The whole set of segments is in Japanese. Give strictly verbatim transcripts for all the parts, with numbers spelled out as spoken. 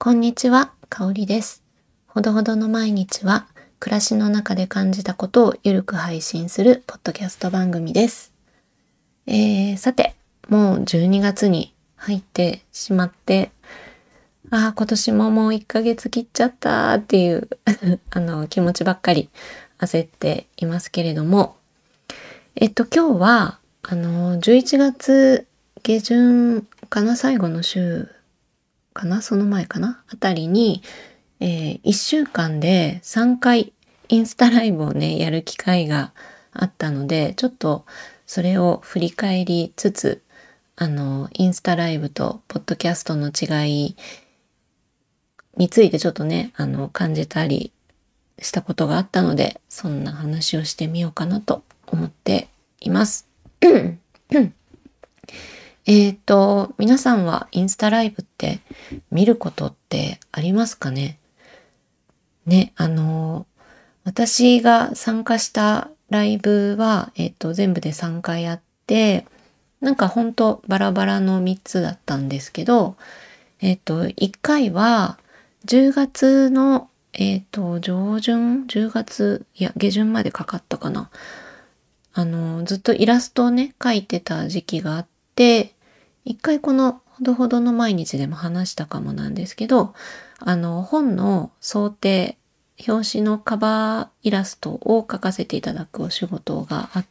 こんにちは、かおりです。ほどほどの毎日は、暮らしの中で感じたことをゆるく配信するポッドキャスト番組です。えー、さて、もうじゅうにがつに入ってしまって、ああ、今年ももういっかげつ切っちゃったっていうあの気持ちばっかり焦っていますけれども、えっと今日はあのじゅういちがつ下旬かな、最後の週かな、その前かなあたりに、えー、いっしゅうかんでさんかいインスタライブをねやる機会があったので、ちょっとそれを振り返りつつ、あのインスタライブとポッドキャストの違いについてちょっとねあの感じたりしたことがあったので、そんな話をしてみようかなと思っています。えっと皆さんはインスタライブって見ることってありますかね。ね、あの私が参加したライブは、えっと、全部でさんかいあって、なんかほんとバラバラのみっつだったんですけど、えっと、いっかいはじゅうがつの、えっと、上旬、じゅうがつ、いや、下旬までかかったかな。あの、ずっとイラストをね、描いてた時期があって、いっかいこのほどほどの毎日でも話したかもなんですけど、あの、本の想定、表紙のカバーイラストを描かせていただくお仕事があって、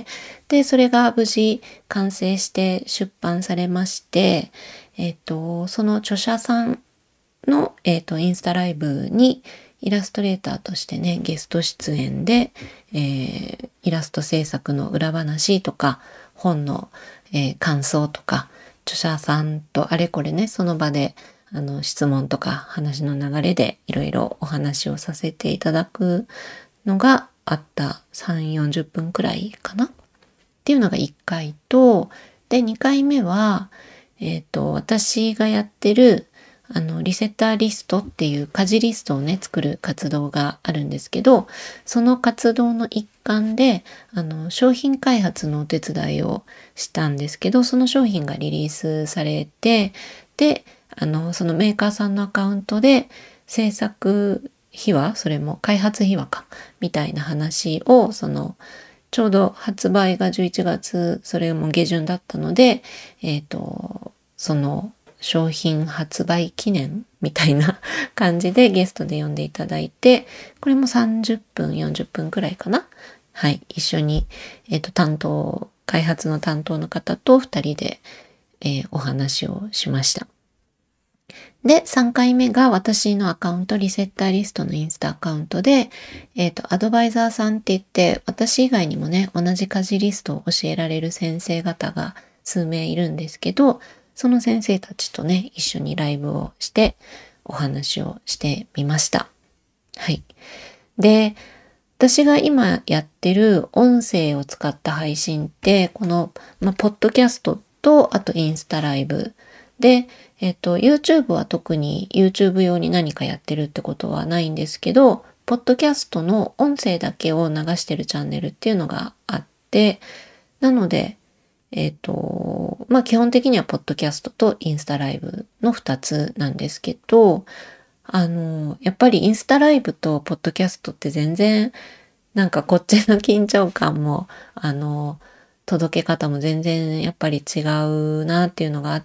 で、それが無事完成して出版されまして、えっと、その著者さんの、えっと、インスタライブにイラストレーターとしてね、ゲスト出演で、えー、イラスト制作の裏話とか、本の、えー、感想とか、著者さんとあれこれね、その場であの質問とか話の流れでいろいろお話をさせていただくのがあったさん、よんじゅっぷんくらいかなっていうのがいっかいと、で、にかいめは、えっと、私がやってるあのリセッターリストっていう家事リストをね作る活動があるんですけど、その活動の一環であの商品開発のお手伝いをしたんですけど、その商品がリリースされて、であのそのメーカーさんのアカウントで制作秘話、それも開発秘話かみたいな話を、そのちょうど発売がじゅういちがつ、それも下旬だったので、えっとその商品発売記念みたいな感じでゲストで呼んでいただいて、これもさんじゅっぷん、よんじゅっぷんくらいかな。はい、一緒に、えっと、担当、開発の担当の方とふたりで、えーお話をしました。で、さんかいめが私のアカウント、リセッターリストのインスタアカウントで、えっと、アドバイザーさんって言って、私以外にもね、同じ家事リストを教えられる先生方が数名いるんですけど、その先生たちとね、一緒にライブをしてお話をしてみました。はい。で、私が今やってる音声を使った配信って、この、まあ、ポッドキャストと、あとインスタライブで、えっと、YouTube は特に YouTube 用に何かやってるってことはないんですけど、ポッドキャストの音声だけを流してるチャンネルっていうのがあって、なので、えっと、まあ基本的にはポッドキャストとインスタライブのふたつなんですけど、あの、やっぱりインスタライブとポッドキャストって全然なんかこっちの緊張感も、あの、届け方も全然やっぱり違うなっていうのがあって、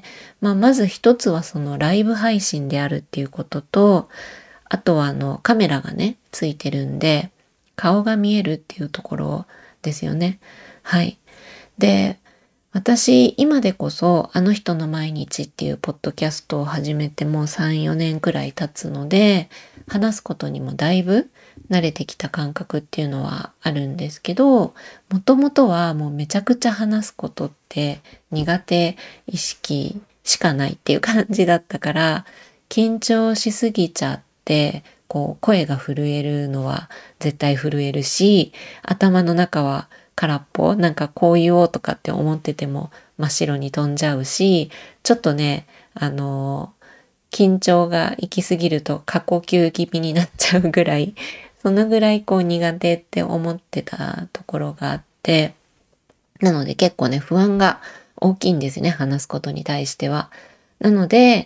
まあ、まず一つはそのライブ配信であるっていうことと、あとはあのカメラがね、ついてるんで、顔が見えるっていうところですよね。はい。で、私、今でこそ、あの人の毎日っていうポッドキャストを始めてもうさん、よねんくらい経つので、話すことにもだいぶ慣れてきた感覚っていうのはあるんですけど、もともとはもうめちゃくちゃ話すことって苦手意識しかないっていう感じだったから、緊張しすぎちゃって、こう声が震えるのは絶対震えるし、頭の中は空っぽ、なんかこう言おうとかって思ってても真っ白に飛んじゃうし、ちょっとね、あの、緊張が行き過ぎると過呼吸気味になっちゃうぐらい、そのぐらいこう苦手って思ってたところがあって、なので結構ね、不安が大きいんですね、話すことに対しては。なので、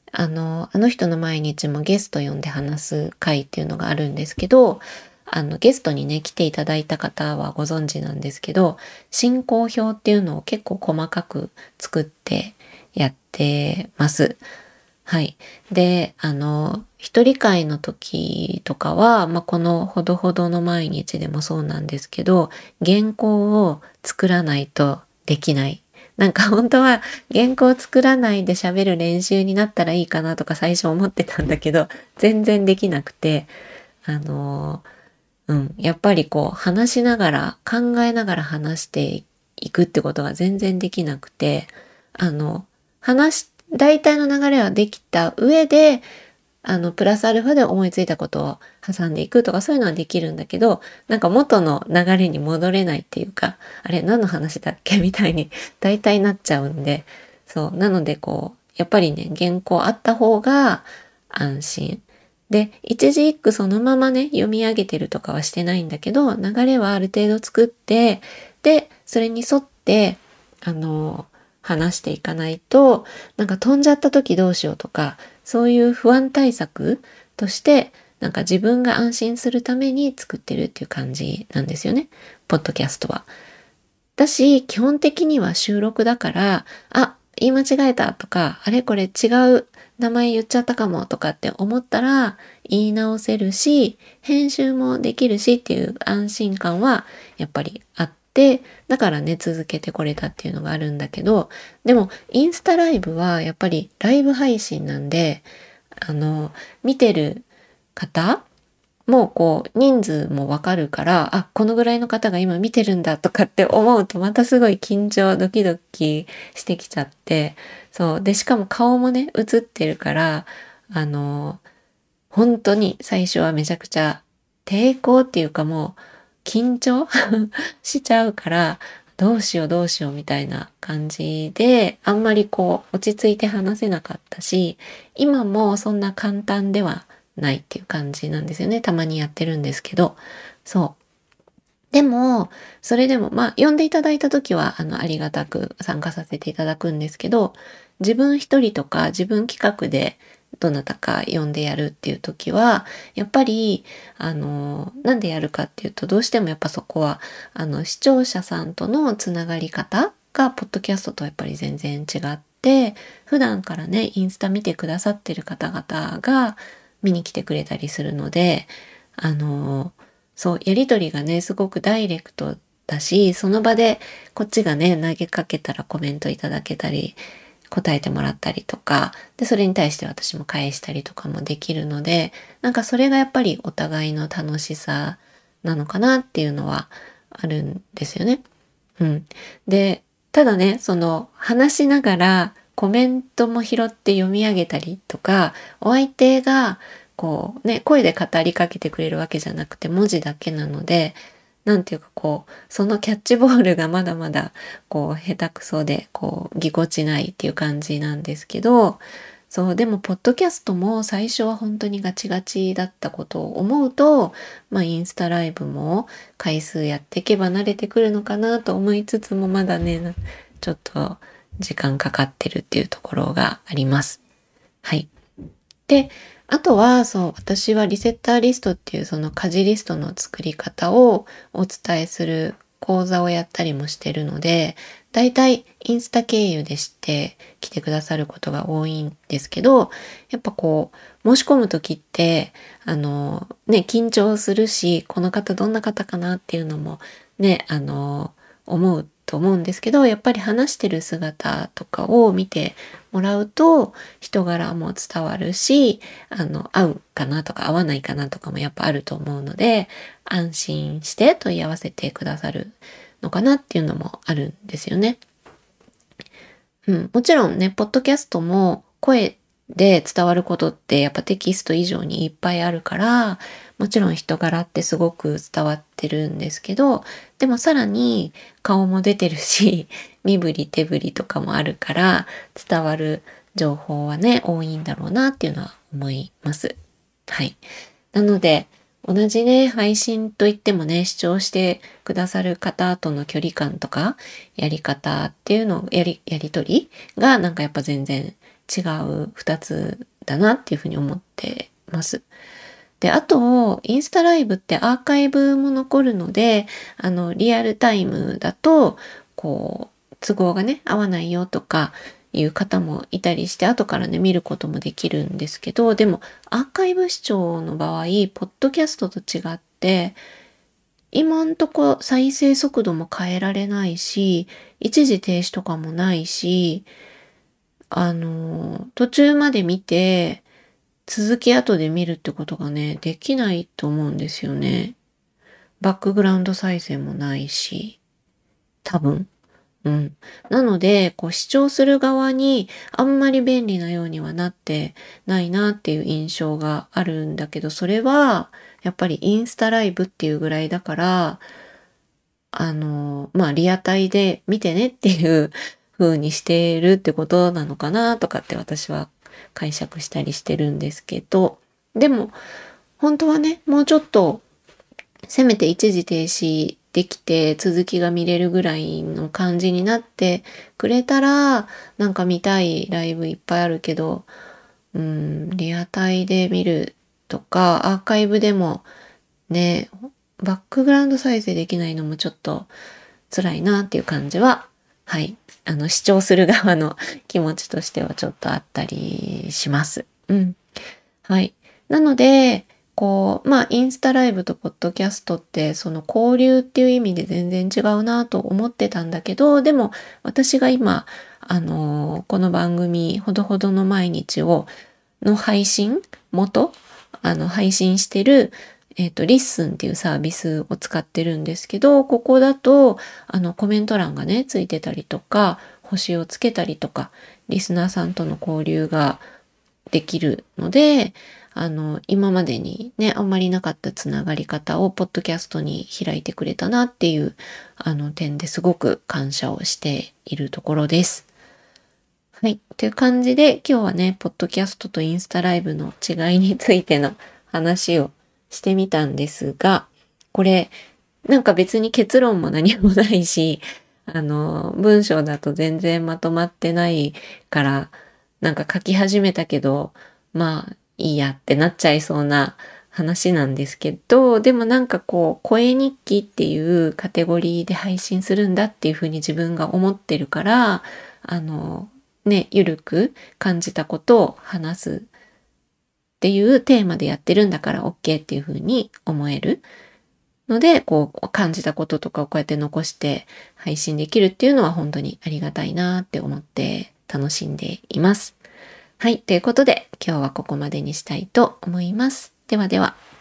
あの、あの人の毎日もゲスト呼んで話す会っていうのがあるんですけど、あの、ゲストにね、来ていただいた方はご存知なんですけど、進行表っていうのを結構細かく作ってやってます。はい。で、あの、一人会の時とかは、まあ、このほどほどの毎日でもそうなんですけど、原稿を作らないとできない。なんか本当は原稿を作らないで喋る練習になったらいいかなとか最初思ってたんだけど、全然できなくて、あの、うん、やっぱりこう話しながら、考えながら話していくってことが全然できなくて、あの、話し、大体の流れはできた上で、あの、プラスアルファで思いついたことを挟んでいくとかそういうのはできるんだけど、なんか元の流れに戻れないっていうか、あれ何の話だっけみたいに大体なっちゃうんで、そう。なのでこう、やっぱりね、原稿あった方が安心。で、一字一句そのままね、読み上げてるとかはしてないんだけど、流れはある程度作って、で、それに沿って、あの、話していかないと、なんか飛んじゃった時どうしようとか、そういう不安対策として、なんか自分が安心するために作ってるっていう感じなんですよね。ポッドキャストは。だし、基本的には収録だから、あ、言い間違えたとか、あれこれ違う名前言っちゃったかもとかって思ったら言い直せるし、編集もできるしっていう安心感はやっぱりあって、だからね、続けてこれたっていうのがあるんだけど、でもインスタライブはやっぱりライブ配信なんで、あの、見てる方もうこう人数もわかるから、あ、このぐらいの方が今見てるんだとかって思うとまたすごい緊張ドキドキしてきちゃって、そう。で、しかも顔もね、映ってるから、あの、本当に最初はめちゃくちゃ抵抗っていうかもう緊張しちゃうから、どうしようどうしようみたいな感じで、あんまりこう落ち着いて話せなかったし、今もそんな簡単ではないっていう感じなんですよね。たまにやってるんですけど。そう。でも、それでも、まあ、呼んでいただいたときは、あの、ありがたく参加させていただくんですけど、自分一人とか自分企画でどなたか呼んでやるっていうときは、やっぱり、あの、なんでやるかっていうと、どうしてもやっぱそこは、あの、視聴者さんとのつながり方が、ポッドキャストとやっぱり全然違って、普段からね、インスタ見てくださってる方々が見に来てくれたりするので、あの、そう、やりとりがね、すごくダイレクトだし、その場でこっちがね、投げかけたらコメントいただけたり、答えてもらったりとか、で、それに対して私も返したりとかもできるので、なんかそれがやっぱりお互いの楽しさなのかなっていうのはあるんですよね。うん。で、ただね、その話しながらコメントも拾って読み上げたりとか、お相手がこうね、声で語りかけてくれるわけじゃなくて文字だけなので、なんていうかこう、そのキャッチボールがまだまだこう下手くそでこうぎこちないっていう感じなんですけど、そう、でもポッドキャストも最初は本当にガチガチだったことを思うと、まあインスタライブも回数やっていけば慣れてくるのかなと思いつつもまだね、ちょっと時間かかってるっていうところがあります。はい。で、あとは、そう、私はリセッターリストっていうその家事リストの作り方をお伝えする講座をやったりもしてるので、だいたいインスタ経由で知って来てくださることが多いんですけど、やっぱこう、申し込むときって、あの、ね、緊張するし、この方どんな方かなっていうのもね、あの、思うと思うんですけど、やっぱり話してる姿とかを見てもらうと人柄も伝わるし、あの、合うかなとか合わないかなとかもやっぱあると思うので、安心して問い合わせてくださるのかなっていうのもあるんですよね。うん、もちろんね、ポッドキャストも声で伝わることってやっぱテキスト以上にいっぱいあるから、もちろん人柄ってすごく伝わってるんですけど、でもさらに顔も出てるし、身振り手振りとかもあるから伝わる情報はね、多いんだろうなっていうのは思います。はい。なので、同じね、配信といってもね、視聴してくださる方との距離感とか、やり方っていうのを、やり、やりとりがなんかやっぱ全然違う二つだなっていうふうに思ってます。で、あと、インスタライブってアーカイブも残るので、あの、リアルタイムだと、こう、都合がね、合わないよとかいう方もいたりして、後からね、見ることもできるんですけど、でも、アーカイブ視聴の場合、ポッドキャストと違って、今んとこ再生速度も変えられないし、一時停止とかもないし、あの、途中まで見て、続き後で見るってことがね、できないと思うんですよね。バックグラウンド再生もないし、多分。うん。なので、こう視聴する側にあんまり便利なようにはなってないなっていう印象があるんだけど、それはやっぱりインスタライブっていうぐらいだから、あの、まあリアタイで見てねっていう風にしてるってことなのかなとかって私は解釈したりしてるんですけど、でも本当はね、もうちょっとせめて一時停止できて続きが見れるぐらいの感じになってくれたら、なんか見たいライブいっぱいあるけど、うん、リアタイで見るとか、アーカイブでもね、バックグラウンド再生できないのもちょっと辛いなっていう感じは、はい、あの、視聴する側の気持ちとしてはちょっとあったりします。うん。はい。なので、こう、まあ、インスタライブとポッドキャストって、その交流っていう意味で全然違うなと思ってたんだけど、でも私が今、あのーこの番組、ほどほどの毎日を、の配信元、あの、配信してる、えっと、リッスンっていうサービスを使ってるんですけど、ここだと、あの、コメント欄がね、ついてたりとか、星をつけたりとか、リスナーさんとの交流ができるので、あの、今までにね、あんまりなかったつながり方をポッドキャストに開いてくれたなっていう、あの点ですごく感謝をしているところです。はい。という感じで、今日はね、ポッドキャストとインスタライブの違いについての話をしてみたんですが、これ、なんか別に結論も何もないし、あの、文章だと全然まとまってないから、なんか書き始めたけど、まあいいやってなっちゃいそうな話なんですけど、でもなんかこう、声日記っていうカテゴリーで配信するんだっていうふうに自分が思ってるから、あの、ね、ゆるく感じたことを話すっていうテーマでやってるんだから OK っていうふうに思えるので、こう感じたこととかをこうやって残して配信できるっていうのは本当にありがたいなって思って楽しんでいます。はい。ということで今日はここまでにしたいと思います。ではでは。